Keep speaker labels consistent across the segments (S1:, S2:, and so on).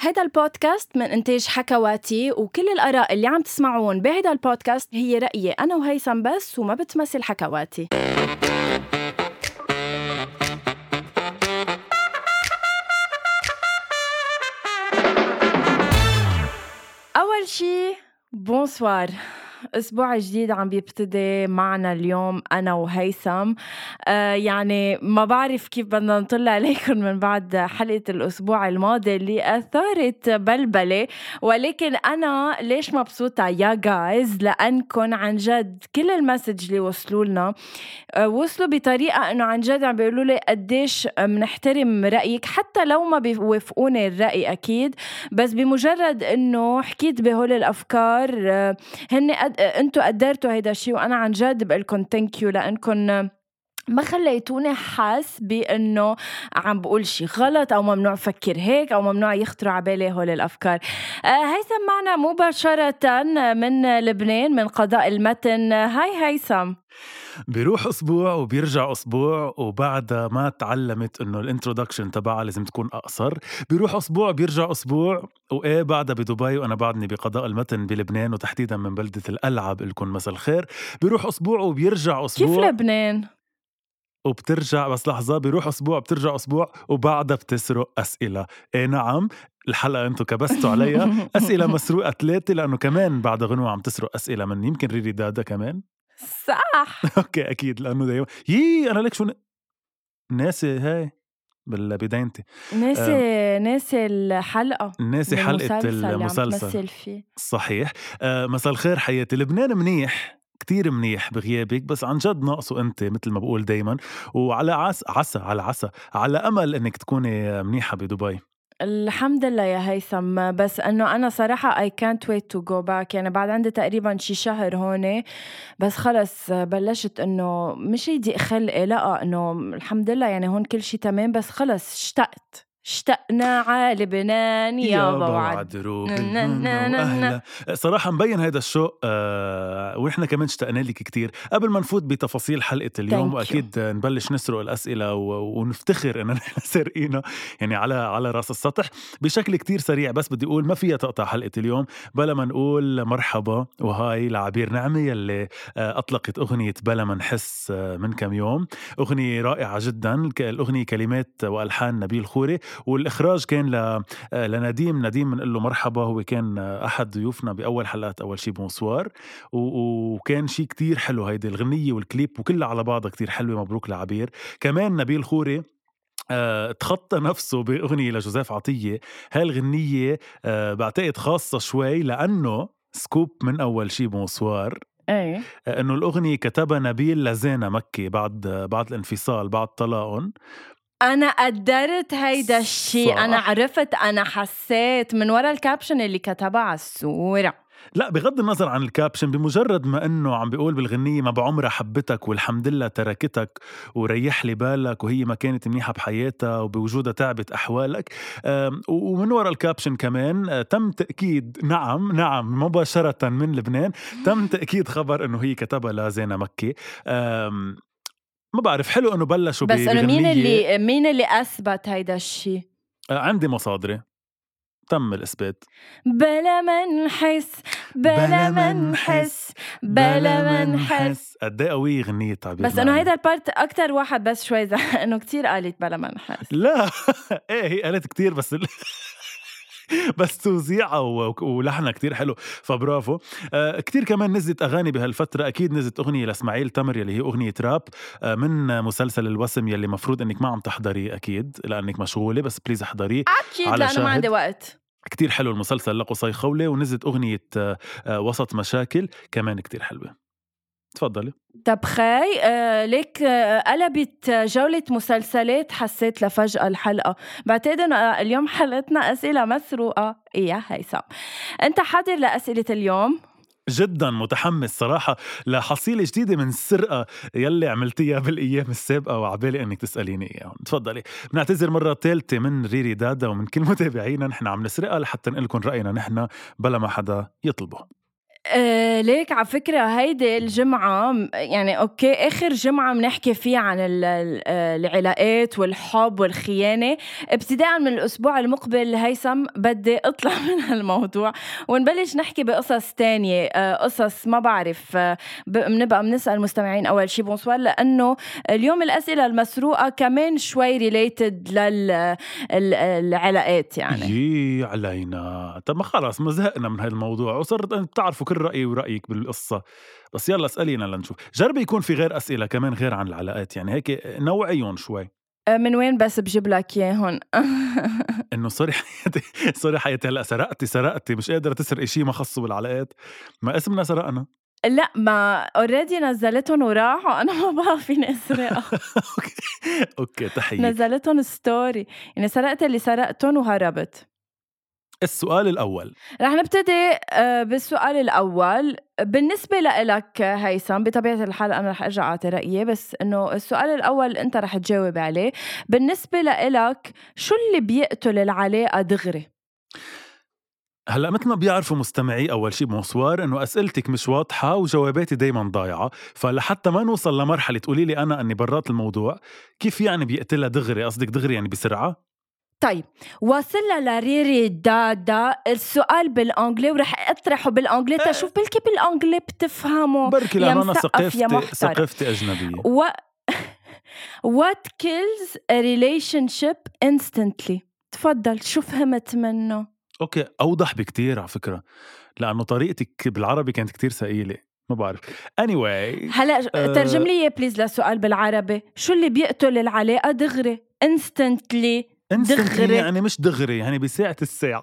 S1: هيدا البودكاست من إنتاج حكواتي، وكل الآراء اللي عم تسمعون بهيدا البودكاست هي رأيي أنا وهيثم بس، وما بتمثل حكواتي. أول شي بونسوار، أسبوع جديد عم بيبتدي معنا اليوم أنا وهيثم. يعني ما بعرف كيف بدنا نطلع عليكم من بعد حلقة الأسبوع الماضي اللي أثارت بلبلة، ولكن أنا ليش مبسوطة يا جايز؟ لأنكم عن جد كل المسج اللي وصلوا لنا وصلوا بطريقة أنه عن جد عم بيقولوا لي قديش منحترم رأيك، حتى لو ما بيوافقوني الرأي أكيد، بس بمجرد أنه حكيت بهول الأفكار أنتوا قدرتوا هيدا الشيء، وأنا عن جد بقلكم تانكيو لأنكم ما خليتوني حاس بأنه عم بقول شيء غلط أو ممنوع فكر هيك أو ممنوع يخطروا عبالي هول الأفكار. هيثم معنا مباشرة من لبنان من قضاء المتن. هاي هيثم.
S2: بيروح أسبوع وبيرجع أسبوع، وبعد ما تعلمت إنه الانترودكشن تبعها لازم تكون أقصر، بيروح أسبوع بيرجع أسبوع، وإيه بعدها بدبي وأنا بعدني بقضاء المتن بلبنان، وتحديدا من بلدة الألعاب لكم مساء الخير. بيروح أسبوع وبيرجع أسبوع.
S1: كيف لبنان؟
S2: وبترجع بس لحظة، بيروح أسبوع بترجع أسبوع، وبعدها بتسرق أسئلة. إيه نعم، الحلقة أنتوا كبستوا عليها أسئلة مسروقة 3، لأنه كمان بعد غنوة عم تسرق أسئلة من يمكن ريري دادا كمان.
S1: صح.
S2: أوكي أكيد، لأنه دايما أنا لك شو ناسي هاي بالبداينتي،
S1: ناسي الحلقة،
S2: ناسي حلقة المسلسل
S1: فيه.
S2: صحيح. مساء الخير حياتي. لبنان منيح، كتير منيح بغيابك، بس عن جد ناقصه أنت مثل ما بقول دايما، وعلى عسى على أمل أنك تكوني منيحة بدبي.
S1: الحمد لله يا هيثم، بس أنه أنا صراحة I can't wait to go back. يعني بعد عندي تقريبا شي شهر هون، بس خلص بلشت أنه مش يضيق خلقي، لا أنه الحمد لله يعني هون كل شي تمام، بس خلص اشتقنا على لبنان يا بوعد
S2: روح أهلا. صراحة مبين هيدا الشوق، وإحنا كمان اشتقنا لك كتير. قبل ما نفوت بتفاصيل حلقة اليوم، وأكيد نبلش نسرق الأسئلة ونفتخر إننا سرقينا يعني على رأس السطح بشكل كتير سريع، بس بدي أقول ما فيها تقطع حلقة اليوم بلا ما نقول مرحبا وهاي لعبير نعمة يلي أطلقت أغنية بلا ما نحس من كم يوم. أغنية رائعة جدا، الأغنية كلمات وألحان نبيل خوري، والإخراج كان لنديم من له مرحبا. هو كان أحد ضيوفنا بأول حلقات أول شي بونسوار، وكان شي كتير حلو هيدي الغنية والكليب وكلها على بعضها كتير حلوة. مبروك لعبير. كمان نبيل خوري تخطى نفسه بأغنية لجوزيف عطية. هاي الغنية بعتقد خاصة شوي لأنه سكوب من أول شي بونسوار،
S1: أي
S2: أنه الأغنية كتبها نبيل لزينة مكي بعد الانفصال، بعد طلاقهم.
S1: أنا قدرت هيدا الشيء، أنا عرفت، أنا حسيت من وراء الكابشن اللي كتبها على الصورة.
S2: لا بغض النظر عن الكابشن، بمجرد ما أنه عم بيقول بالغنية ما بعمرها حبتك والحمد لله تركتك وريح لي بالك، وهي ما كانت منيحة بحياتها وبوجودها تعبت أحوالك. ومن وراء الكابشن كمان تم تأكيد، نعم مباشرة من لبنان تم تأكيد خبر أنه هي كتبها لزينة مكي. ما بعرف، حلو أنه بلشوا
S1: بس أنا مين اللي أثبت هيدا الشيء؟
S2: عندي مصادري تم الإثبات.
S1: بلا ما نحس
S2: قد ايه قوية غنية تعبير.
S1: بس انه هيدا البارت اكتر واحد بس شوي انه كتير قالت بلا ما نحس.
S2: لا ايه هي قالت كتير بس توزيعها ولحنها كتير حلو، فبرافو. كتير كمان نزلت أغاني بهالفترة. أكيد نزلت أغنية لإسماعيل تمر يلي هي أغنية راب من مسلسل الوسم يلي مفروض أنك ما عم تحضريه أكيد لأنك مشغولة، بس بليز احضريه
S1: أكيد لأنه ما عندي وقت.
S2: كتير حلو المسلسل لقصي خولة. ونزلت أغنية وسط مشاكل كمان كتير حلوة. تفضلي.
S1: طب خاي ليك قلبت جولة مسلسلات، حسيت لفجأة الحلقة. بعتقد انه اليوم حلقتنا أسئلة مسروقة. يا هيثم، انت حاضر لأسئلة اليوم؟
S2: جدا متحمس صراحة لحصيلة جديدة من السرقة يلي عملتيها بالأيام السابقة، وعبالي أنك تسأليني إياهم. تفضلي. بنعتذر مرة ثالثة من ريري دادا ومن كل متابعينا، نحن عم نسرقها لحتى نقلكم رأينا نحن بلا ما حدا يطلبه.
S1: ليك على فكرة هيدي الجمعة يعني أوكي آخر جمعة بنحكي فيها عن العلاقات والحب والخيانة. ابتداء من الأسبوع المقبل هيثم بدي أطلع من هالموضوع ونبلش نحكي بقصص تانية، قصص ما بعرف، بنبقى بنسأل مستمعين أول شي بونسوار، لأنه اليوم الأسئلة المسروقة كمان شوي ريليتد للعلاقات يعني.
S2: يي علينا، طب ما خلاص ما زهقنا من هالموضوع وصرت أنت بتعرفوا كل رأيي ورأيك بالقصة، بس يلا اسألينا لنشوف. جربي يكون في غير أسئلة كمان غير عن العلاقات، يعني هيك نوعيون شوي.
S1: من وين بس بجيب لك إياهم؟
S2: إنه سوري حياتي سوري حياتي، هلأ سرقتي مش قادرة تسرقي شي ما خصه بالعلاقات، ما اسمنا سرقنا.
S1: لا ما اوريدي نزلتهم وراحوا، انا ما بعرف فيني اسرقها.
S2: اوكي تحية.
S1: نزلتهم ستوري، يعني سرقت اللي سرقتهم وهربت.
S2: السؤال الأول
S1: رح نبتدي بالسؤال الأول. بالنسبة لإلك هيثم، بطبيعة الحال أنا رح أرجع أعطي رأيي، بس إنه السؤال الأول أنت رح تجاوب عليه. بالنسبة لإلك شو اللي بيقتل العلاقة دغري؟
S2: هلأ مثل ما بيعرفوا مستمعي أول شي بونسوار إنه أسئلتك مش واضحة وجواباتي دايما ضايعة، فلحتى ما نوصل لمرحلة تقولي لي أنا أني برات الموضوع. كيف يعني بيقتلها دغري؟ قصدك دغري يعني بسرعة؟
S1: طيب وصلنا لريري دادا السؤال بالانجلي ورح اطرحه بالانجلي تشوف بلكي بالانجلي بتفهمه.
S2: بركي لأنه أنا ثقافتي أجنبية.
S1: What kills a relationship instantly؟ تفضل شو فهمت منه؟
S2: أوكي أوضح بكتير على فكرة، لأنه طريقتك بالعربي كانت كتير ثقيلة، ما بعرف. anyway
S1: هلأ ترجم لي إياه بليز للسؤال بالعربي. شو اللي بيقتل العلاقة دغري؟ instantly
S2: دغري يعني مش دغري، يعني بساعة الساعة.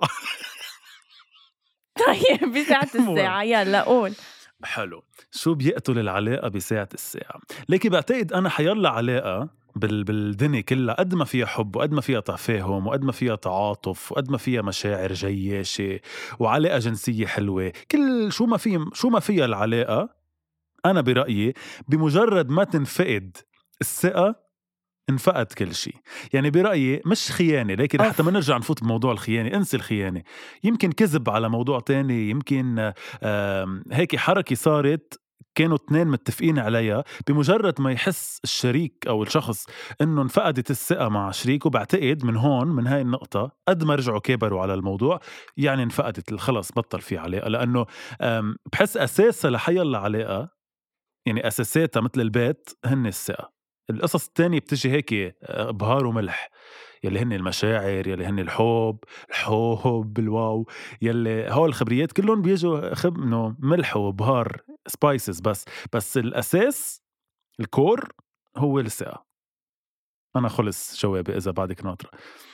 S1: طيب بساعة الساعة، يلا قول.
S2: حلو، شو بيقتل العلاقة بساعة الساعة؟ لكن بعتقد أنا حيلا علاقة بالدنيا كلها قد ما فيها حب وقد ما فيها تفاهم وقد ما فيها تعاطف وقد ما فيها مشاعر جياشة وعلاقة جنسية حلوة، كل شو ما فيها العلاقة، أنا برأيي بمجرد ما تنفقد الثقة انفقد كل شيء. يعني برأيي مش خيانة، لكن حتى ما نرجع نفوت بموضوع الخيانة، انسي الخيانة، يمكن كذب على موضوع تاني، يمكن هيك حركة صارت كانوا اثنين متفقين عليها، بمجرد ما يحس الشريك أو الشخص إنه انفقدت الثقة مع شريكه، بعتقد من هون من هاي النقطة قد ما رجعوا كبروا على الموضوع يعني انفقدت خلص بطل في علاقة. لأنه بحس أساسها لحيالله علاقة، يعني أساساتها مثل البيت هن الثقة. القصص التانية بتجي هيك بهار وملح، يلي هن المشاعر، يلي هن الحب الواو، يلي هول الخبريات كلهم بيجوا إنه ملح وبهار سبايسز، بس الأساس الكور هو الثقة. أنا خلص جوابي إذا بعدك ناطرة.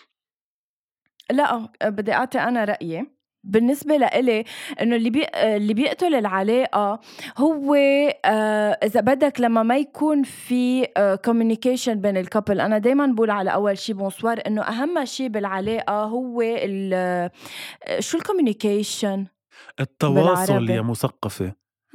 S1: لا بدي أعطي أنا رأيي. بالنسبة لإلي إنه اللي بيقتل العلاقة هو إذا بدك لما ما يكون في communication بين الكابل. أنا دايما بقول على أول شي بونسوار إنه أهم شي بالعلاقة هو شو الكوميونيكيشن؟
S2: التواصل يا مثقفة.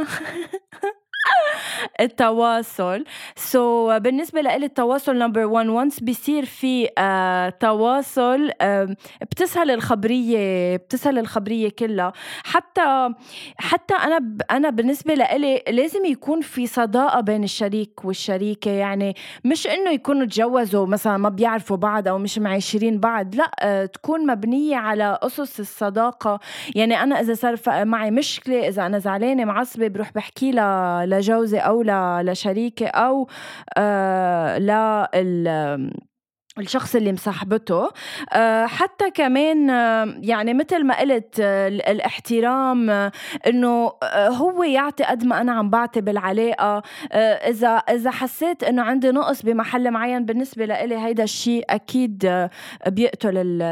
S1: التواصل. بالنسبة لإلي التواصل نمبر 1. once بيصير في تواصل بتسهل الخبرية كلها. حتى أنا بالنسبة لإلي لازم يكون في صداقة بين الشريك والشريكة، يعني مش إنه يكونوا تجوزوا مثلا ما بيعرفوا بعض أو مش معاشرين بعض، لا تكون مبنية على أسس الصداقة. يعني أنا إذا صار معي مشكلة، إذا أنا زعلانة معصبة، بروح بحكي لجوزي أو لشريكي أو الشخص اللي مصاحبته. حتى كمان يعني مثل ما قلت الاحترام، انه هو يعطي قد ما انا عم بعطي بالعلاقة. اذا حسيت انه عندي نقص بمحل معين، بالنسبة لإلي هيدا الشيء اكيد بيقتل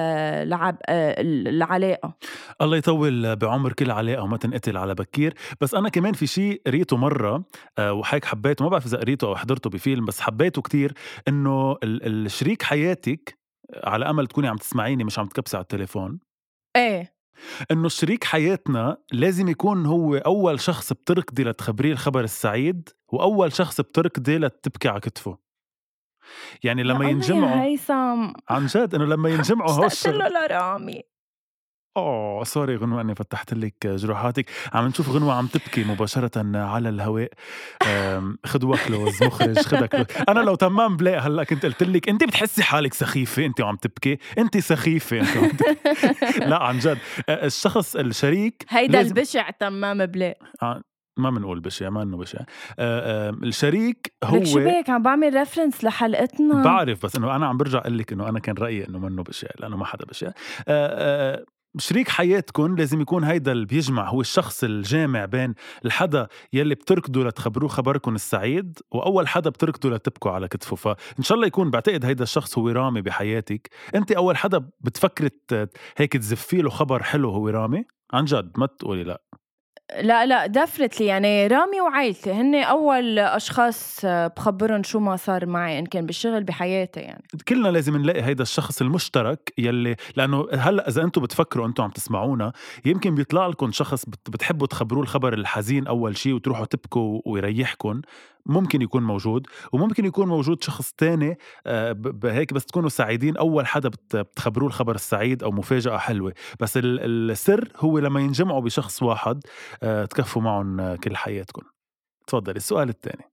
S1: العلاقة.
S2: الله يطول بعمر كل علاقة وما تنقتل على بكير. بس أنا كمان في شيء قريته مرة وحيك حبيته، ما بعرف إذا قريته أو حضرته بفيلم، بس حبيته كتير، إنه الشريك حياتك، على أمل تكوني عم تسمعيني مش عم تكبسي على التليفون،
S1: إيه،
S2: إنه الشريك حياتنا لازم يكون هو أول شخص بتركضي لتخبريه الخبر السعيد وأول شخص بتركضي لتبكي على كتفه. يعني لما ينجمعوا
S1: هيثم
S2: عن جد، إنه لما ينجمعوا
S1: اشتقت له لرامي.
S2: سوري غنوة أني فتحت لك جروحاتك. عم نشوف غنوة عم تبكي مباشرة على الهواء. خد وكلوز مخرج، خدك لوز. أنا لو تمام بلاقي هلأ كنت قلت لك أنت بتحسي حالك سخيفة أنت وعم تبكي، أنت سخيفة أنت وعم تبكي. لا عن جد الشخص الشريك
S1: هيدا البشع تمام بلاقي.
S2: ما منقول بشع، ما انه بشع. الشريك هو
S1: لك شو بيك عم بعمل ريفرنس لحلقتنا.
S2: بعرف، بس انه انا عم برجع اقول لك انه انا كان رايي انه منه بشع لانه ما حدا بشع. شريك حياتكم لازم يكون هيدا اللي بيجمع، هو الشخص الجامع بين الحدا يلي بتركضوا لتخبروه خبركم السعيد واول حدا بتركضوا لتبكوا على كتفه. فان شاء الله يكون، بعتقد هيدا الشخص هو رامي بحياتك. انت اول حدا بتفكر هيك تزفي له خبر حلو هو رامي. عن جد ما تقولي لا.
S1: لا دفرتلي، يعني رامي وعائلتي هن أول أشخاص بخبرهم شو ما صار معي إن كان بالشغل بحياتي. يعني
S2: كلنا لازم نلاقي هيدا الشخص المشترك يلي، لأنه هلأ إذا أنتوا بتفكروا أنتوا عم تسمعونا يمكن بيطلع لكم شخص بتحبوا تخبروه الخبر الحزين أول شيء وتروحوا تبكوا ويريحكم. ممكن يكون موجود، وممكن يكون موجود شخص تاني هيك بس تكونوا سعيدين أول حدا بتخبروه الخبر السعيد أو مفاجأة حلوة. بس السر هو لما ينجمعوا بشخص واحد تكفوا معهم كل حياتكم. تفضل السؤال الثاني.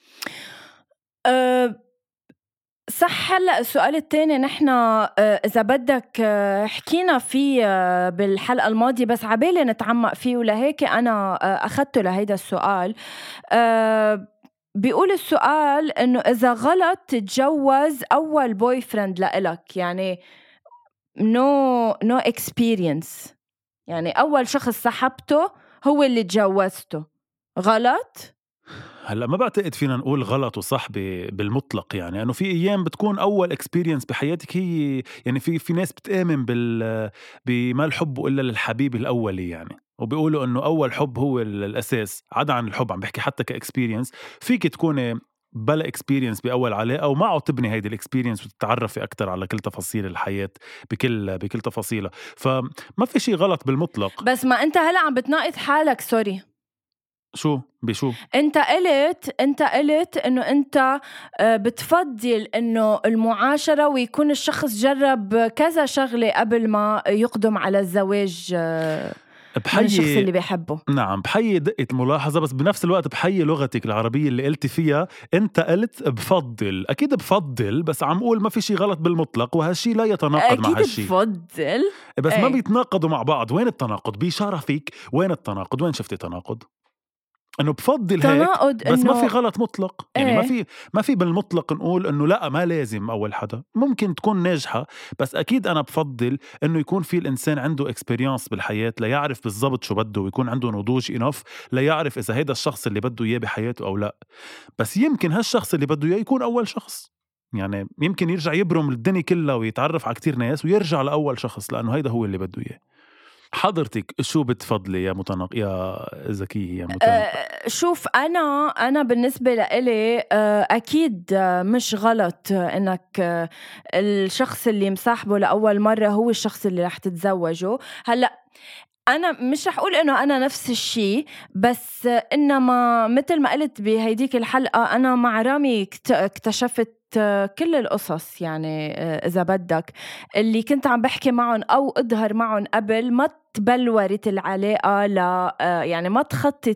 S1: صح. هلأ السؤال الثاني نحن إذا بدك حكينا فيه بالحلقة الماضية بس عبالي نتعمق فيه، ولهيك أنا أخدته لهيدا السؤال. بيقول السؤال إنه إذا غلط تتجوز أول بوي فريند لإلك، يعني no experience، يعني أول شخص سحبته هو اللي تجوزته، غلط؟
S2: هلا ما بعتقد فينا نقول غلط وصح بالمطلق، يعني انه في ايام بتكون اول اكسبيرينس بحياتك هي، يعني في ناس بتآمن بما الحب الا للحبيب الاولي، يعني وبيقولوا انه اول حب هو الاساس. عدا عن الحب عم بحكي حتى كاكسبيرينس، فيك تكون بلا اكسبيرينس باول علاقه ومعه تبني هيدي الاكسبيرينس وتتعرفي اكتر على كل تفاصيل الحياه بكل تفاصيلها. فما في شيء غلط بالمطلق.
S1: بس ما انت هلا عم بتناقض حالك. سوري،
S2: شو
S1: انت قلت انه انت بتفضل انه المعاشرة ويكون الشخص جرب كذا شغلة قبل ما يقدم على الزواج من الشخص اللي بيحبه.
S2: نعم، بحيي دقة الملاحظة، بس بنفس الوقت بحيي لغتك العربية اللي قلتي فيها. انت قلت بفضل، اكيد بفضل، بس عم قول ما في شيء غلط بالمطلق، وهالشي لا يتناقض مع هالشي.
S1: اكيد بفضل،
S2: بس ما بيتناقضوا مع بعض. وين التناقض بشرفك؟ وين التناقض؟ وين شفتي تناقض؟ انه بفضل هيك بس ما في غلط مطلق. يعني ما في بالمطلق نقول انه لا ما لازم اول حدا. ممكن تكون ناجحة، بس اكيد انا بفضل انه يكون في الانسان عنده اكسبيرينس بالحياة ليعرف بالضبط شو بده، ويكون عنده نضوج انف ليعرف اذا هيدا الشخص اللي بده اياه بحياته او لا. بس يمكن هالشخص اللي بده اياه يكون اول شخص، يعني يمكن يرجع يبرم الدنيا كلها ويتعرف على كتير ناس ويرجع لأول شخص لأنه هيدا هو اللي بده اياه. حضرتك شو بتفضلي يا زكية يا
S1: شوف، أنا بالنسبة لإلي أكيد مش غلط إنك الشخص اللي مصاحبه لأول مرة هو الشخص اللي رح تتزوجه. هلأ أنا مش رح أقول إنه أنا نفس الشيء، بس إنما مثل ما قلت بهيديك الحلقة أنا مع رامي اكتشفت كل القصص، يعني إذا بدك اللي كنت عم بحكي معهم أو أظهر معهم قبل ما تبلورت العلاقة يعني ما تخطت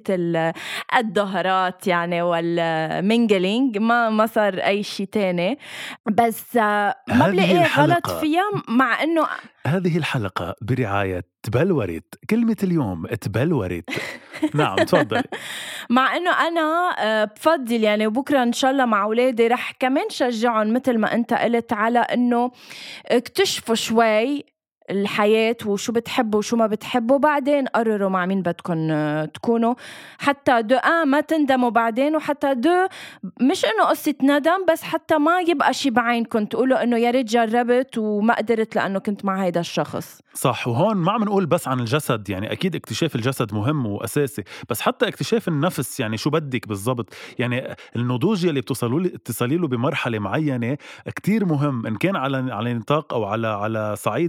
S1: الظهرات يعني والمينجلينج، ما صار أي شيء تاني. بس ما بلاقي غلط فيها، مع إنه
S2: هذه الحلقة برعاية تبلورت. كلمة اليوم تبلورت. نعم تفضل.
S1: مع إنه أنا بفضل يعني بكرة إن شاء الله مع أولادي رح كمان شجعهم مثل ما أنت قلت على إنه اكتشفوا شوي الحياة وشو بتحبوا وشو ما بتحبوا، بعدين قرروا مع مين بدكم تكونوا، حتى ما تندموا بعدين، وحتى مش انه قصة ندم، بس حتى ما يبقى شي بعينكم تقولوا انه يا ريت جربت وما قدرت لانه كنت مع هيدا الشخص.
S2: صح. وهون ما عم نقول بس عن الجسد، يعني اكيد اكتشاف الجسد مهم واساسي، بس حتى اكتشاف النفس، يعني شو بدك بالضبط. يعني النضوج اللي بتصلي له بمرحلة معينة كتير مهم، ان كان على نطاق او على صعيد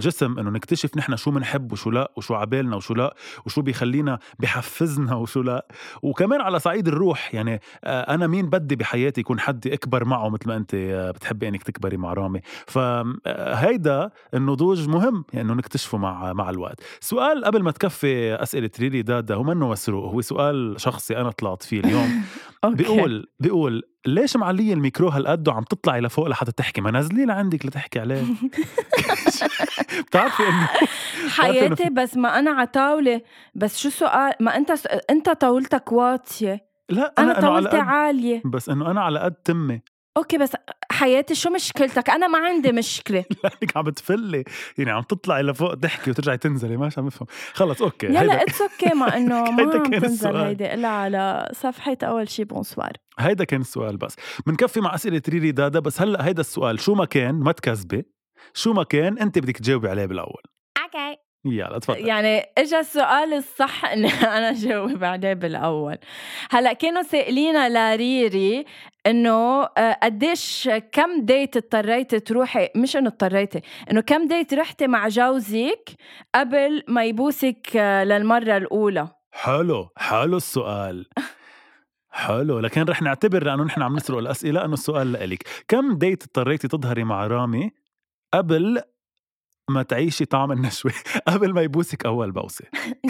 S2: الجسم إنه نكتشف نحن شو منحب وشو لا وشو عبالنا وشو لا وشو بيخلينا بيحفزنا وشو لا. وكمان على صعيد الروح يعني أنا مين بدي بحياتي يكون حدي أكبر معه مثل ما أنت بتحبي إنك تكبري مع رامي. فهيدا النضوج مهم يعني إنه نكتشفه مع الوقت. سؤال قبل ما تكفي أسئلة ريري دادا هو منه مسروق، هو سؤال شخصي أنا طلعت فيه اليوم. بيقول ليش معلية الميكرو هالقد وعم تطلعي لفوق لحتى تحكي؟ ما نازلي لعندك لتحكي عليه. بتعرفي إنه
S1: حياتي بس ما أنا عطاولة. بس شو سؤال؟ ما أنت طاولتك واطية.
S2: لا
S1: أنا طاولتي عالية.
S2: بس إنه أنا على قد تمي.
S1: أوكي بس حياتي شو مشكلتك؟ أنا ما عندي مشكلة.
S2: لأنك عم بتفلي يعني عم تطلعي لفوق تحكي وترجعي تنزلي. ماشي عم بفهم. خلص أوكي
S1: يلا اتس أوكي ما إنه ما عم تنزل هيدي إلا على صفحة أول شي بونسوار.
S2: هيدا كان السؤال. بس منكفي مع أسئلة ريري دادا. بس هلأ هيدا السؤال شو ما كان ما تكذبي، شو ما كان أنت بدك تجاوبي عليه بالأول.
S1: أوكي
S2: يلا تفضل.
S1: يعني إجا السؤال الصح إن أنا جاوب عليه بالأول. هلأ كانوا سائلينا لريري إنه قديش كم ديت اضطريتي تروحي، مش إنه اضطريتي، إنه كم ديت رحتي مع جوزك قبل ما يبوسك للمرة الأولى.
S2: حلو السؤال. حلو. لكن رح نعتبر لأنه نحن عم نسرق الأسئلة أنه السؤال لإلك. كم ديت اضطريتي تظهري مع رامي قبل ما تعيشي طعم النشوة، قبل ما يبوسك أول بوسة؟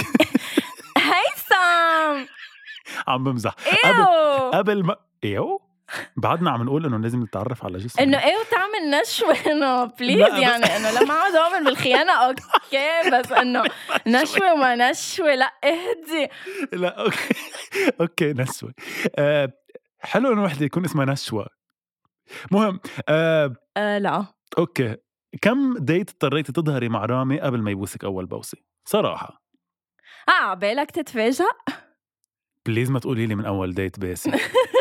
S1: هيثم
S2: عم بمزح. قبل ما بعدنا عم نقول إنه لازم نتعرف على جسمه
S1: إنه تعمل نشوة إنه بليز يعني إنه لما عاد أعمل بالخيانة أوكي بس إنه نشوة وما نشوة لا اهدي.
S2: لا أوكي نشوة. حلو إنه وحدة يكون اسمها نشوة. مهم.
S1: لا
S2: أوكي. كم ديت اضطريتي تظهري مع رامي قبل ما يبوسك أول بوسة؟ صراحة
S1: بالك تتفاجأ؟
S2: بليز ما تقولي لي من أول ديت باسي.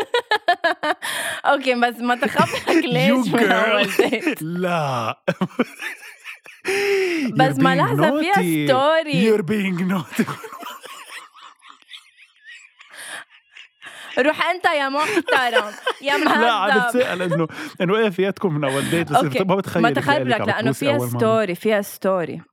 S1: أوكي بس ما تخبرك ليش من أول ديت.
S2: لا
S1: بس ما لحظة فيها ستوري.
S2: You're being naughty.
S1: روح أنت يا محترم يا مهذب.
S2: لا عم بتسأل إنه إيه فياتكم من أول ديت. بس ما بتخيل
S1: ما تخبرك لأنه فيها ستوري.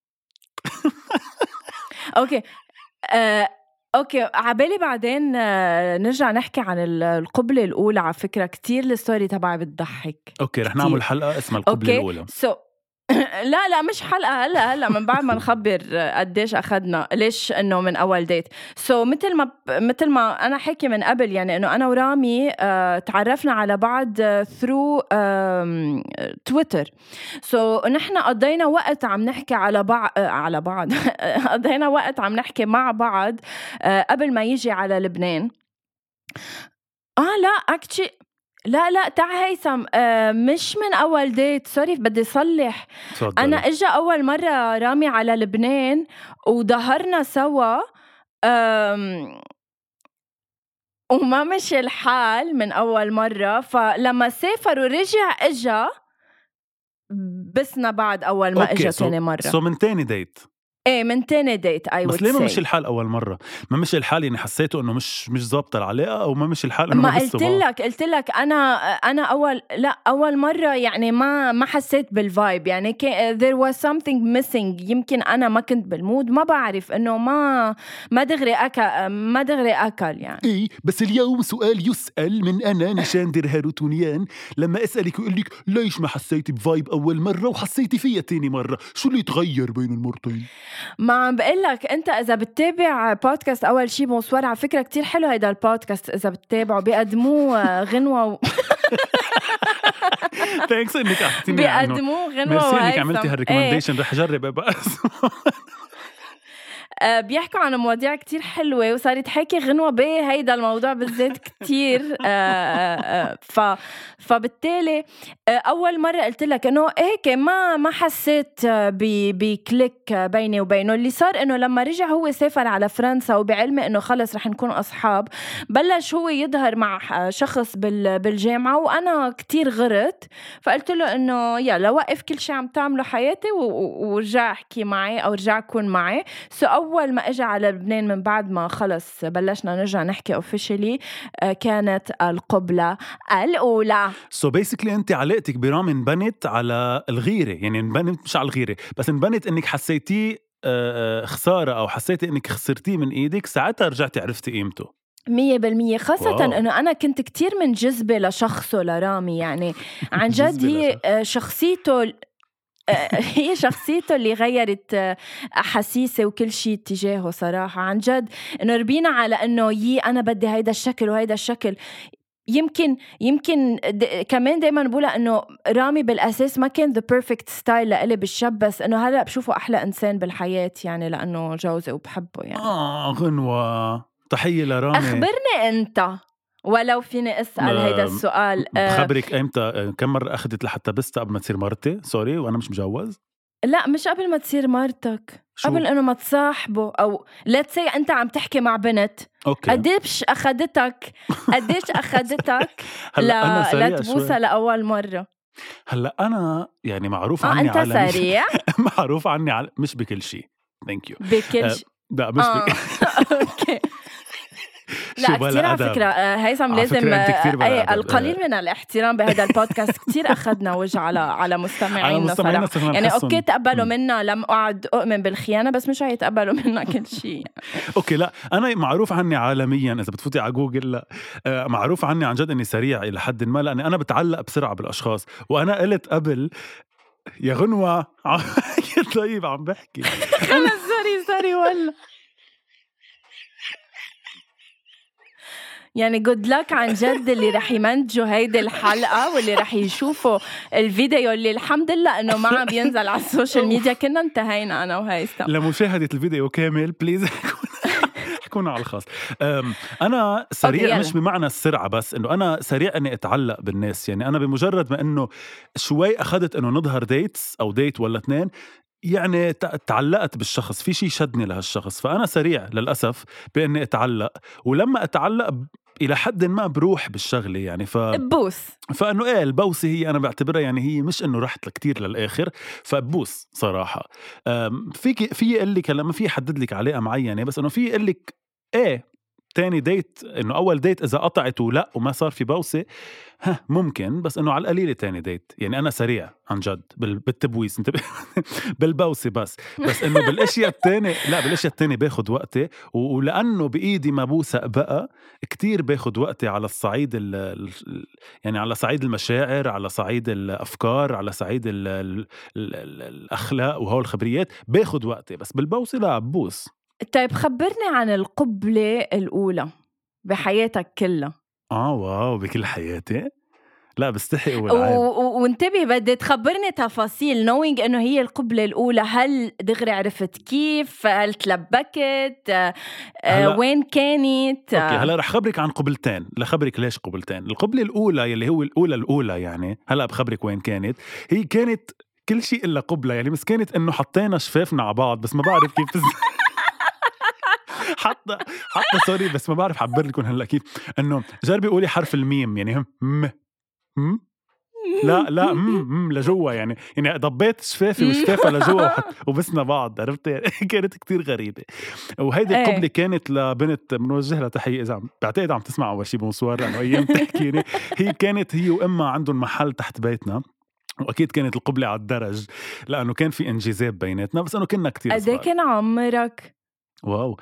S1: أوكي أوكي عبالي بعدين نرجع نحكي عن القبلة الأولى. على فكرة كتير الستوري تبعي بتضحك.
S2: أوكي رح نعمل حلقة اسمها القبلة الأولى.
S1: لا مش حلقة هلأ من بعد ما نخبر قديش أخدنا ليش إنه من أول ديت. مثل ما أنا حكي من قبل يعني إنه أنا ورامي تعرفنا على بعض through تويتر. نحن قضينا وقت عم نحكي على بعض قضينا وقت عم نحكي مع بعض قبل ما يجي على لبنان. لا أكتشي لا تعال هيثم مش من أول ديت. سوري بدي صلح. أنا إجا أول مرة رامي على لبنان وظهرنا سوا وما مشي الحال من أول مرة. فلما سافر ورجع إجا بسنا بعد أول ما إجا تاني مرة.
S2: من تاني ديت.
S1: ايه من تاني ديت.
S2: بس ليه ما مشي الحال اول مره؟ ما مشي الحال يعني حسيته انه مش ظابطه العلاقه او ما مشي الحال انه
S1: ما قلت لك انا اول مره يعني ما حسيت بالفايب يعني there was something missing. يمكن انا ما كنت بالمود ما بعرف انه ما دغري اكل يعني.
S2: ايه بس اليوم سؤال يسأل من انا نشاندر هاروتونيان لما اسالك ويقول لك ليش ما حسيتي بفايب اول مره وحسيتي فيها تاني مره؟ شو اللي تغير بين المرتين؟
S1: ما عم بقلك انت اذا بتتابع بودكاست اول شي بونسوار. على فكره كتير حلو هيدا البودكاست اذا بتتابعوا بيقدموه غنوه
S2: ثانكس انك اعطيتيني
S1: بيقدموه غنوه
S2: وهيثم. انك عملتي هالريكومنديشن رح اجرب بقى.
S1: بيحكوا عن مواضيع كتير حلوة وصار يتحكي غنوة بهيدا الموضوع بالذات كتير. فبالتالي أول مرة قلت لك إنه هيك ما حسيت بكليك بيني وبينه. اللي صار إنه لما رجع هو سافر على فرنسا وبعلمي إنه خلص رح نكون أصحاب بلش هو يظهر مع شخص بالجامعة وأنا كتير غرت. فقلت له إنه يلا وقف كل شيء عم تعمله حياتي ورجع احكي معي أو رجع كون معي. أول أول ما إجا على لبنان من بعد ما خلص بلشنا نرجع نحكي officially كانت القبلة الأولى.
S2: So basically أنت علاقتك برامي انبنت على الغيرة، يعني انبنت مش على الغيرة بس انبنت إنك حسيتي خسارة أو حسيتي إنك خسرتيه من إيدك، ساعتها رجعتي عرفتي قيمته
S1: 100%. خاصة إنه أنا كنت كتير منجذبة لشخصه لرامي، يعني عن جد هي شخصيته هي شخصيته اللي غيرت أحاسيسي وكل شيء اتجاهه صراحة. عن جد إنه ربينا على إنه أنا بدي هيدا الشكل وهيدا الشكل. يمكن كمان دايما بقولها إنه رامي بالأساس ما كان the perfect style لإلي بالشاب، بس إنه هلأ بشوفه أحلى إنسان بالحياة يعني لأنه جوزي وبحبه يعني.
S2: غنوة تحية لرامي.
S1: أخبرني أنت ولو فيني أسأل هيدا السؤال.
S2: بخبرك أمتى كم مرة أخذت لحتى بس قبل ما تصير مرتي؟ سوري وأنا مش مجوز.
S1: لا مش قبل ما تصير مرتك، قبل إنه ما تصاحبه أو let's say أنت عم تحكي مع بنت. قديش أخدتك لا تبوسها لأول مرة؟
S2: هلا أنا يعني معروف عني
S1: أنت سريع
S2: معروف عني مش بكل شيء. thank you
S1: بكل شيء.
S2: لا مش
S1: أوكي. لا كتير على فكرة هيثم لازم القليل من الاحترام بهذا البودكاست. كتير أخذنا وجه على مستمعينا صراحة. يعني أوكي تقبلوا منا، لم أعد أؤمن بالخيانة، بس مش هيتقبلوا منا كل شيء.
S2: أوكي لا أنا معروف عني عالميا إذا بتفوتي على جوجل، لا معروف عني عن جد إني سريع إلى حد ما، لأني أنا بتعلق بسرعة بالأشخاص. وأنا قلت قبل يا غنوة طيب عم بحكي
S1: أنا سوري والله يعني good luck عن جد اللي رح يمنتجوا هيدي الحلقة واللي رح يشوفوا الفيديو اللي الحمد لله إنه ما بينزل على السوشيال ميديا. كنا انتهينا أنا وهيثم.
S2: لمشاهدة الفيديو كامل بليز حكونا على الخاص. أنا سريع مش بمعنى السرعة، بس إنه أنا سريع إني أتعلق بالناس. يعني أنا بمجرد ما إنه شوي أخذت إنه نظهر ديتس أو ديت ولا 2 يعني تعلقت بالشخص، في شيء شدني لهالشخص. فأنا سريع للأسف بإني أتعلق، ولما أتعلق إلى حد ما بروح بالشغلة يعني
S1: بوس.
S2: فإنه البوسة هي أنا بعتبرها يعني هي مش إنه رحت كتير للآخر، فبوس صراحة. في اللي كلام في يحدد لك علاقة معينة، بس إنه في اللي تاني ديت إنه أول ديت إذا قطعت ولا وما صار في بوسة ممكن، بس إنه على القليلة تاني ديت. يعني أنا سريع عن جد بالتبويس انت بالبوسة بس إنه بالأشياء التانية لا، بالأشياء التانية باخد وقتي، ولأنه بإيدي ما بوسق بقى كتير باخد وقتي على الصعيد يعني على صعيد المشاعر، على صعيد الأفكار، على صعيد الأخلاق وهول الخبريات باخد وقتي. بس بالبوسة لا بوس.
S1: طيب خبرني عن القبلة الأولى بحياتك كلها.
S2: واو بكل حياتي؟ لا بستحق
S1: وانتبه بدي تخبرني تفاصيل knowing انه هي القبلة الأولى. هل دغري عرفت كيف؟ هل تلبكت؟ وين كانت؟
S2: اوكي هلا رح خبرك عن قبلتين. لخبرك ليش قبلتين. القبلة الأولى يلي هو الأولى يعني هلا بخبرك وين كانت. هي كانت كل شيء إلا قبلة يعني، بس كانت انه حطينا شفافنا على بعض، بس ما بعرف كيف حتى سوري بس ما بعرف عبر لكم هلا كيف. انه جربي قولي حرف الميم يعني لا لجوا يعني ضبيت شفافي وشفافة لجوا وبسنا بعض، عرفت يعني كانت كتير غريبة. وهيدي القبلة كانت لبنت منوجه لها تحية إذا بعتقد عم تسمع أول شي بونسوار لأنه أيام تحكيني. هي كانت هي وإما عندهم محل تحت بيتنا، وأكيد كانت القبلة على الدرج لأنه كان في انجذاب بيناتنا، بس أنه كنا كتير صغار.
S1: قد كان عمرك؟
S2: واو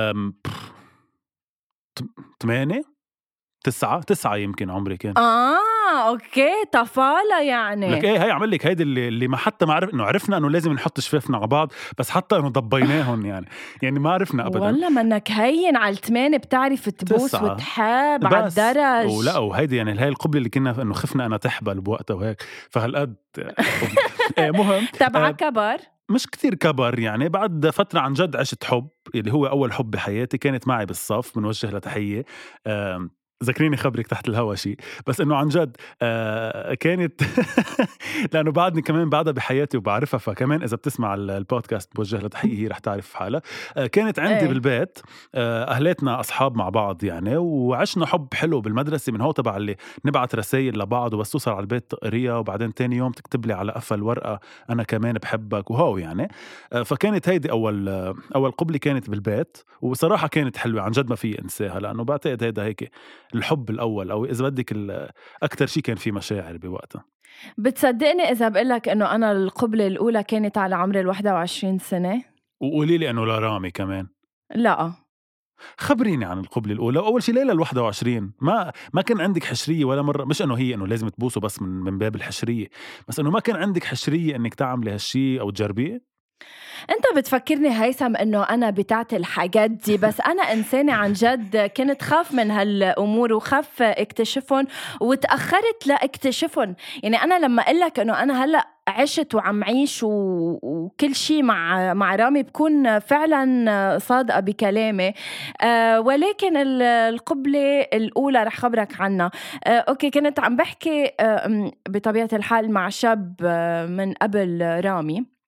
S2: 8 9 يمكن عمري كان.
S1: اوكي طفالة يعني.
S2: لك هاي عمل لك هيدي اللي ما حتى ما عرف انه عرفنا انه لازم نحط شفافنا على بعض، بس حتى انه ضبيناهم يعني ما عرفنا ابدا.
S1: والله منك هين على 8 بتعرف تبوس وتحاب على الدرج.
S2: ولا وهيدي يعني هاي القبلة اللي كنا انه خفنا انا تحبل بوقتها وهيك، فهالقد مهم.
S1: تبع كبر
S2: مش كتير كبر يعني. بعد فترة عن جد عشت حب اللي هو أول حب بحياتي، كانت معي بالصف منوجه لتحية. ذكريني خبرك تحت الهوا شيء، بس إنه عن جد كانت لأنه بعدني كمان بعدها بحياتي وبعرفها، فكمان إذا بتسمع البودكاست بوجه لها تحية، هي رح تعرف حالها. كانت عندي بالبيت أهلاتنا أصحاب مع بعض يعني، وعشنا حب حلو بالمدرسة من هو تبع اللي نبعت رسائل لبعض وبس توصل على البيت تقريها، وبعدين تاني يوم تكتب لي على قفل ورقة أنا كمان بحبك وهو يعني. فكانت هيدي أول قبلة كانت بالبيت، وصراحة كانت حلوة عن جد، ما في انساها، لأنه بعتقد هيدا هيك الحب الأول، أو إذا بدك أكتر شيء كان في مشاعر بوقتها.
S1: بتصدقني إذا بقولك إنه أنا القبلة الأولى كانت على عمر 21 سنة؟
S2: وقولي لي إنه لرامي كمان.
S1: لا،
S2: خبريني عن القبلة الأولى. أول شيء ليلة 21 ما كان عندك حشرية ولا مرة؟ مش إنه هي إنه لازم تبوسه بس من باب الحشرية، بس إنه ما كان عندك حشرية إنك تعملي هالشي أو تجربيه؟
S1: أنت بتفكرني هيثم إنه أنا بتاعت الحاجات دي، بس أنا إنسانة عن جد كنت خاف من هالأمور وخاف اكتشفهم، وتأخرت لاكتشفهم. يعني أنا لما أقولك إنه أنا هلأ عشت وعم عيش وكل شيء مع رامي، بكون فعلا صادقة بكلامي. ولكن القبلة الأولى رح خبرك عنها. أوكي، كنت عم بحكي بطبيعة الحال مع شاب من قبل رامي.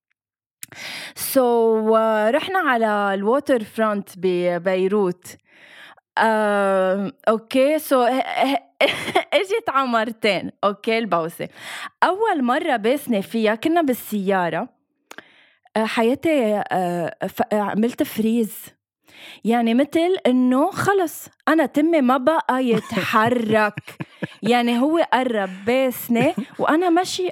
S1: رحنا على الووتر فرونت ببيروت. اوكي، اجت على مرتين. اوكي، البوسة اول مرة باسني فيها كنا بالسيارة. حياتي عملت فريز، يعني مثل انه خلص انا تمي ما بقى يتحرك. يعني هو قرب باسني وانا ماشي،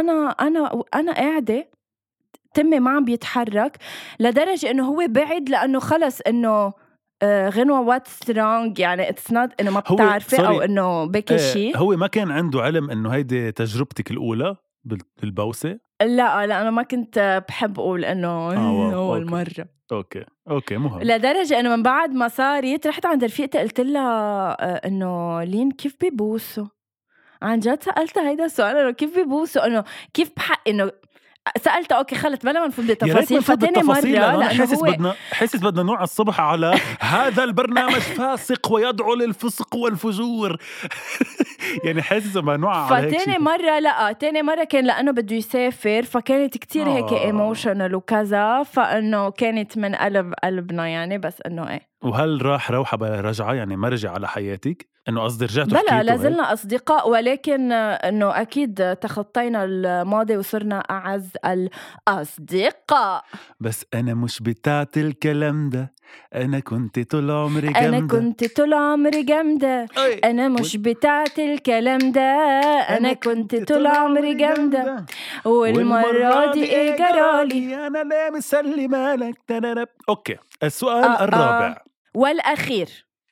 S1: انا قاعدة، تمي ما عم بيتحرك، لدرجة إنه هو بعد، لأنه خلص إنه غنوة what's wrong، يعني it's not إنه ما بتعرفي أو إنه بكي شيء.
S2: هو ما كان عنده علم إنه هيدي تجربتك الأولى بالبوسة؟
S1: لا، أنا ما كنت بحب أقول إنه أول مرة.
S2: أوكي مهم.
S1: لدرجة إنه من بعد ما صارت رحت عند رفيقتي قلت لها إنه لين كيف بيبوسوا؟ عن جد سألتها هيدا السؤال، إنه كيف بيبوسوا، إنه كيف بحق، إنه سألت أوكي خلت بلا ما نفوت بالتفاصيل. فتاني مرة لأنه
S2: حاسس بدنا نوع الصبح على هذا البرنامج فاسق ويدعو للفسق والفجور. يعني حاسس ما نوع على هيك.
S1: فتاني مرة لا، تاني مرة كان لأنه بده يسافر، فكانت كتير هيك ايموشنال وكذا، فإنه كانت من قلبنا يعني، بس إنه إيه.
S2: وهل راح روحة برجعة؟ يعني ما رجع على حياتك؟ إنه قصدي رجعتوا
S1: بلا، لازلنا أصدقاء، ولكن إنه أكيد تخطينا الماضي وصرنا أعز الأصدقاء.
S2: بس أنا مش بتاعت الكلام ده، أنا كنت طول عمري جامدة،
S1: أنا كنت طول عمري جامدة، أنا مش بتاعت الكلام ده، أنا كنت طول عمري جامدة، والمرة دي إيه جرالي؟
S2: أنا لا مسلمة لك. أوكي، السؤال الرابع
S1: والأخير.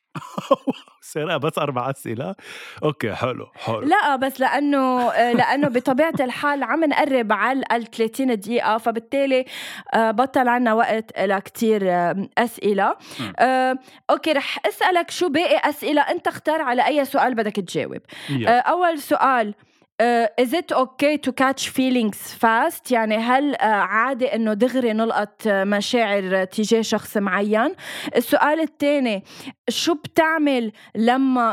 S2: سيرا بس 4 أسئلة. أوكي، حلو.
S1: لا بس لأنه بطبيعة الحال عم نقرب على 30 دقيقة، فبالتالي بطل عنا وقت لكتير أسئلة. أوكي، رح أسألك شو باقي أسئلة، أنت اختار على أي سؤال بدك تجاوب. أول سؤال، is it okay to catch feelings fast؟ يعني هل عادي إنه دغري نلقط مشاعر تجاه شخص معين؟ السؤال الثاني، شو بتعمل لما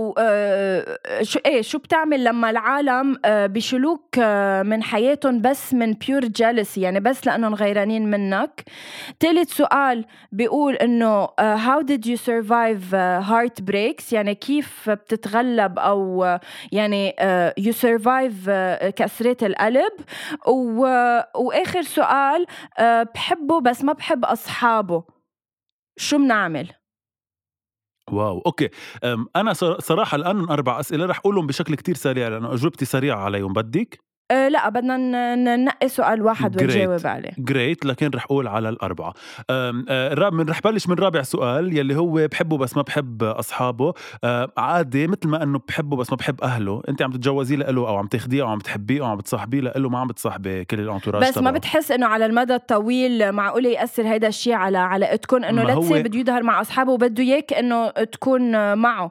S1: شو بتعمل لما العالم بيشلوك من حياتهم بس من pure jealousy، يعني بس لأنهم غيرانين منك؟ ثالث سؤال بيقول إنه how did you survive heartbreaks؟ يعني كيف بتتغلب أو يعني you survive كسرات القلب؟ وآخر سؤال، بحبه بس ما بحب أصحابه، شو بنعمل؟
S2: واو، أوكي. أنا صراحة الآن 4 أسئلة رح أقولهم بشكل كتير سريع لأنه أجوبتي سريعة عليهم. بدك؟
S1: لا، بدنا ننقي سؤال واحد ونجاوب عليه.
S2: جريت، لكن رح أقول على 4. رح بلش من رابع سؤال يلي هو بحبه بس ما بحب أصحابه. عادي، مثل ما أنه بحبه بس ما بحب أهله. أنت عم تتجوزي له أو عم تاخديه أو عم تحبيه أو عم بتصاحبيه له، ما عم بتصاحبي كل الانتوراج
S1: بس ما بتحس إنه على المدى الطويل معقول يأثر هيدا الشيء على علاقتكم؟ إنه لتسي بده يظهر مع أصحابه وبده إياك إنه تكون معه،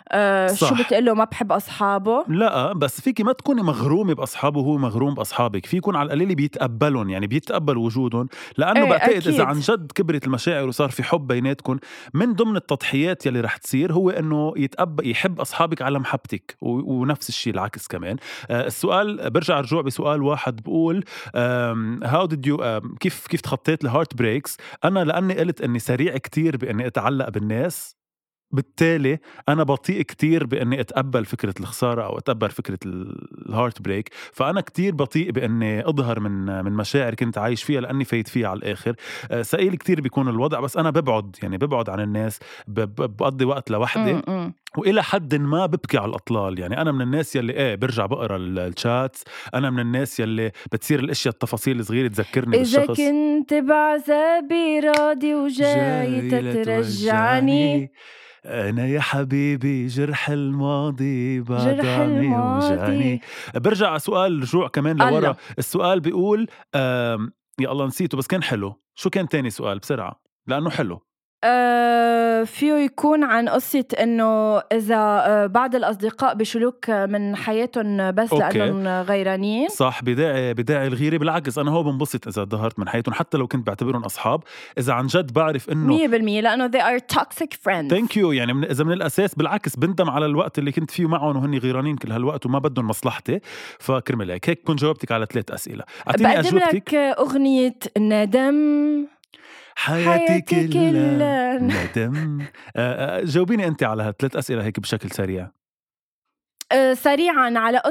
S1: شو بتقله ما بحب أصحابه؟
S2: لا بس فيكي ما تكوني مغرومة بأصحابه وهو مغروم بأصحابك، في يكون على القليل بيتقبلون، يعني بيتقبل وجودهم، لأنه بعتقد
S1: أكيد.
S2: إذا عن جد كبرت المشاعر وصار في حب بيناتكم، من ضمن التضحيات يلي رح تصير هو إنه يحب أصحابك على محبتك، ونفس الشيء العكس كمان. السؤال برجع رجوع بسؤال واحد بقول how did you كيف تخطيت الهارت بريكس؟ أنا لأني قلت أني سريع كتير بأني أتعلق بالناس، بالتالي أنا بطيء كتير بأني أتقبل فكرة الخسارة أو أتقبل فكرة الهارت بريك، فأنا كتير بطيء بأني أظهر من مشاعر كنت عايش فيها لأني فايت فيها على الآخر. سئيل كتير بيكون الوضع، بس أنا ببعد عن الناس، بقضي وقت لوحدي، وإلى حد ما ببكي على الأطلال. يعني أنا من الناس يلي برجع بقرأ الشاتس، أنا من الناس يلي بتصير الأشياء التفاصيل الصغيرة تذكرني بالشخص.
S1: إذا كنت بعذابي راضي وجاي تترجعني،
S2: أنا يا حبيبي جرح الماضي
S1: جرح الماضي.
S2: برجع على سؤال رجوع كمان لورا. السؤال بيقول يا الله نسيته بس كان حلو. شو كان تاني سؤال بسرعة لأنه حلو؟
S1: فيه يكون عن قصة إنه إذا بعض الأصدقاء بشلوك من حياتهم بس لأنهم غيرانين.
S2: صح، بداعي الغيرة. بالعكس أنا هو بنبسط إذا ظهرت من حياتهم حتى لو كنت بعتبرهم أصحاب، إذا عن جد بعرف إنه
S1: 100% لأنه they are toxic friends.
S2: thank you. يعني إذا من الأساس بالعكس بندم على الوقت اللي كنت فيه معهم وهني غيرانين كل هالوقت وما بدهم مصلحتي. فكرمل هيك كنت جاوبتك على 3 أسئلة.
S1: بقدم لك أغنية ندم
S2: حياتي كلها ندم. جاوبيني أنت على 3 أسئلة هيك بشكل سريع.
S1: سريعا على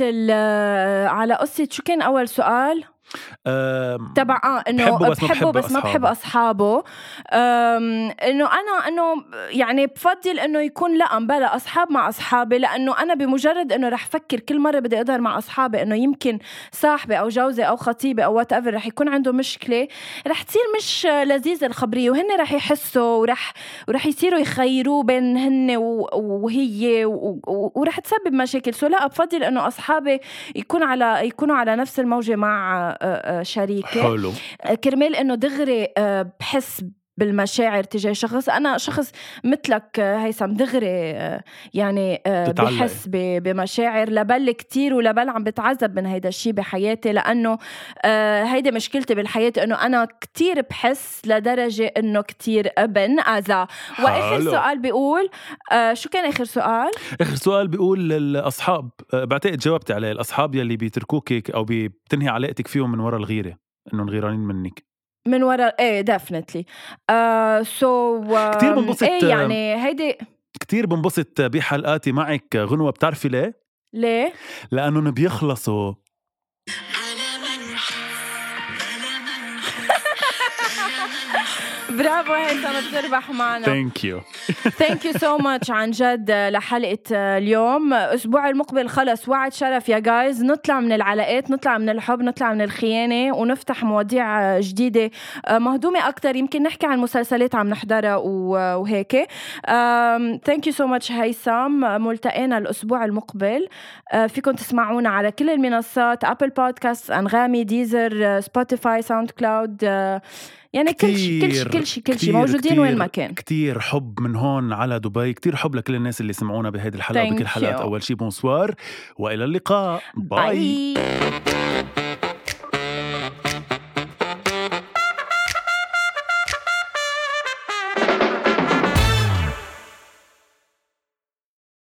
S1: قصة شو كان أول سؤال؟ تبع انه بحبه بس ما بحب اصحابه. انه انا يعني بفضل انه يكون لا بلا اصحاب مع اصحابي، لانه انا بمجرد انه رح فكر كل مره بدي اظهر مع اصحابي انه يمكن صاحبي او جوزي او خطيبي او whatever رح يكون عنده مشكله، رح تصير مش لذيذه الخبريه، وهن رح يحسوا ورح يصيروا يخيروا بين هن وهي ورح تسبب مشاكل. سو لا بفضل انه اصحابي يكونوا على نفس الموجه مع شريكة. حلو. كرمال انه دغري بحس بالمشاعر تجاه شخص. انا شخص مثلك هيثم دغري يعني بحس بمشاعر لبل كتير، ولبل عم بتعذب من هيدا الشيء بحياتي، لانه هيدا مشكلتي بالحياة انه انا كتير بحس لدرجة انه كتير ابن اذى. واخر سؤال بيقول شو كان اخر سؤال؟ اخر
S2: سؤال بيقول الاصحاب، بعتقد جاوبت عليه، الاصحاب يلي بيتركوك او بتنهي علاقتك فيهم من وراء الغيرة، انهم غيرانين منك
S1: من وراء definitely.
S2: كتير بنبسط
S1: يعني هيدي
S2: كتير بنبسط بحلقاتي معك غنوة. بتعرفي ليه؟ لأنهم بيخلصوا
S1: برافو هيثم، بتربح معنا.
S2: Thank you
S1: so much عن جد لحلقة اليوم. الأسبوع المقبل خلص وعد شرف يا جايز، نطلع من العلاقات، نطلع من الحب، نطلع من الخيانة، ونفتح مواضيع جديدة مهضومة أكتر. يمكن نحكي عن مسلسلات عم نحضرها وهيك. Thank you so much هيثم. ملتقينا الأسبوع المقبل. فيكم تسمعونا على كل المنصات، أبل بودكاست، أنغامي، ديزر، سبوتيفاي، ساوند كلاود، يعني كل شيء موجودين وين ما كان.
S2: كتير حب من هون على دبي، كتير حب لكل الناس اللي سمعونا بهيدي الحلقة وبكل حلقات. أول شيء بونسوار وإلى اللقاء. باي.